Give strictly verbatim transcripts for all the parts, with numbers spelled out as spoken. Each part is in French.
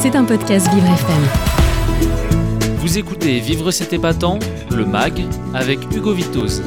C'est un podcast Vivre F M. Vous écoutez Vivre c'est épatant, le mag, avec Hugo Vitoz.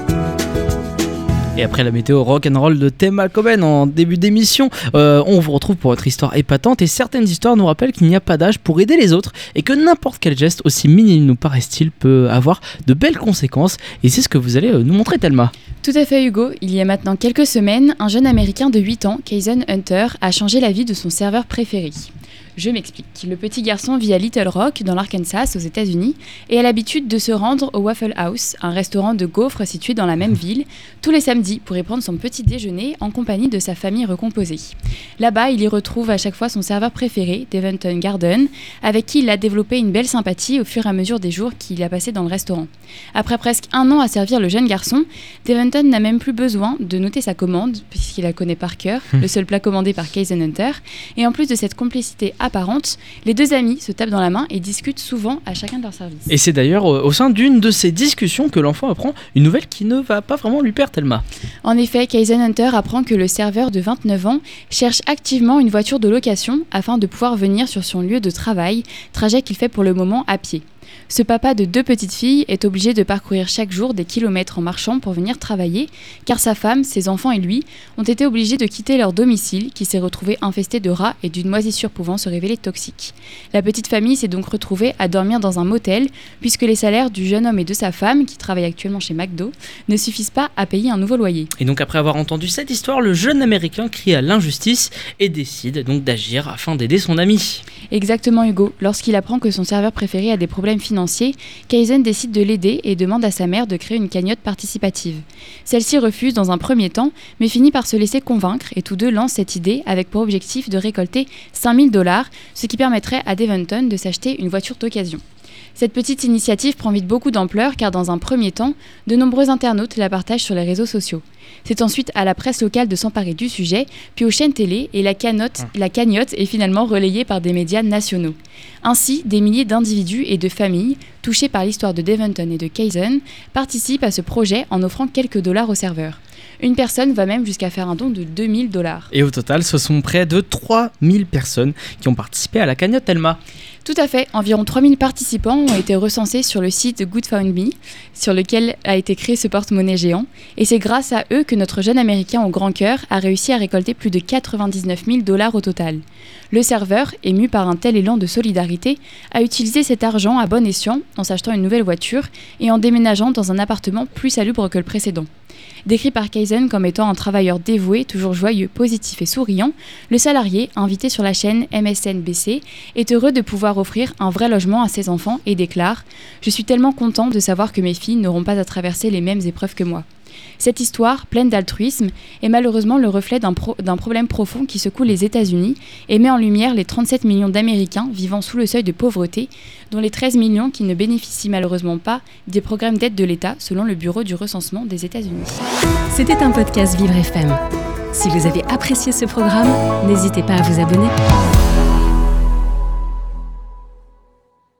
Et après la météo rock'n'roll de Thelma Coben en début d'émission, euh, on vous retrouve pour votre histoire épatante. Et certaines histoires nous rappellent qu'il n'y a pas d'âge pour aider les autres et que n'importe quel geste, aussi minime nous paraisse-t-il, peut avoir de belles conséquences. Et c'est ce que vous allez nous montrer, Thelma. Tout à fait, Hugo. Il y a maintenant quelques semaines, un jeune Américain de huit ans, Kaysen Hunter, a changé la vie de son serveur préféré. Je m'explique. Le petit garçon vit à Little Rock, dans l'Arkansas, aux États-Unis, et a l'habitude de se rendre au Waffle House, un restaurant de gaufres situé dans la même ville, tous les samedis pour y prendre son petit déjeuner en compagnie de sa famille recomposée. Là-bas, il y retrouve à chaque fois son serveur préféré, Devonton Garden, avec qui il a développé une belle sympathie au fur et à mesure des jours qu'il a passé dans le restaurant. Après presque un an à servir le jeune garçon, Devonton n'a même plus besoin de noter sa commande, puisqu'il la connaît par cœur, le seul plat commandé par Kaysen Hunter, et en plus de cette complicité apparente, les deux amis se tapent dans la main et discutent souvent à chacun de leur service. Et c'est d'ailleurs au sein d'une de ces discussions que l'enfant apprend une nouvelle qui ne va pas vraiment lui plaire, Thelma. En effet, Kaysen Hunter apprend que le serveur de vingt-neuf ans cherche activement une voiture de location afin de pouvoir venir sur son lieu de travail, trajet qu'il fait pour le moment à pied. Ce papa de deux petites filles est obligé de parcourir chaque jour des kilomètres en marchant pour venir travailler, car sa femme, ses enfants et lui ont été obligés de quitter leur domicile qui s'est retrouvé infesté de rats et d'une moisissure pouvant se révéler toxique. La petite famille s'est donc retrouvée à dormir dans un motel, puisque les salaires du jeune homme et de sa femme, qui travaillent actuellement chez McDo, ne suffisent pas à payer un nouveau loyer. Et donc après avoir entendu cette histoire, le jeune Américain crie à l'injustice et décide donc d'agir afin d'aider son ami. Exactement, Hugo. Lorsqu'il apprend que son serveur préféré a des problèmes financiers, Kaysen décide de l'aider et demande à sa mère de créer une cagnotte participative. Celle-ci refuse dans un premier temps, mais finit par se laisser convaincre et tous deux lancent cette idée avec pour objectif de récolter cinq mille dollars, ce qui permettrait à Devonton de s'acheter une voiture d'occasion. Cette petite initiative prend vite beaucoup d'ampleur car dans un premier temps, de nombreux internautes la partagent sur les réseaux sociaux. C'est ensuite à la presse locale de s'emparer du sujet, puis aux chaînes télé et la, canotte, la cagnotte est finalement relayée par des médias nationaux. Ainsi, des milliers d'individus et de familles touchés par l'histoire de Devonton et de Kaysen participent à ce projet en offrant quelques dollars aux serveurs. Une personne va même jusqu'à faire un don de deux mille dollars. Et au total, ce sont près de trois mille personnes qui ont participé à la cagnotte, Thelma. Tout à fait, environ trois mille participants ont été recensés sur le site GoFundMe, sur lequel a été créé ce porte-monnaie géant. Et c'est grâce à eux que notre jeune Américain au grand cœur a réussi à récolter plus de quatre-vingt-dix-neuf mille dollars au total. Le serveur, ému par un tel élan de solidarité, a utilisé cet argent à bon escient en s'achetant une nouvelle voiture et en déménageant dans un appartement plus salubre que le précédent. Décrit par Kaysen comme étant un travailleur dévoué, toujours joyeux, positif et souriant, le salarié, invité sur la chaîne M S N B C, est heureux de pouvoir offrir un vrai logement à ses enfants et déclare « Je suis tellement content de savoir que mes filles n'auront pas à traverser les mêmes épreuves que moi ». Cette histoire, pleine d'altruisme, est malheureusement le reflet d'un, pro- d'un problème profond qui secoue les États-Unis et met en lumière les trente-sept millions d'Américains vivant sous le seuil de pauvreté, dont les treize millions qui ne bénéficient malheureusement pas des programmes d'aide de l'État, selon le Bureau du recensement des États-Unis. C'était un podcast Vivre F M. Si vous avez apprécié ce programme, n'hésitez pas à vous abonner.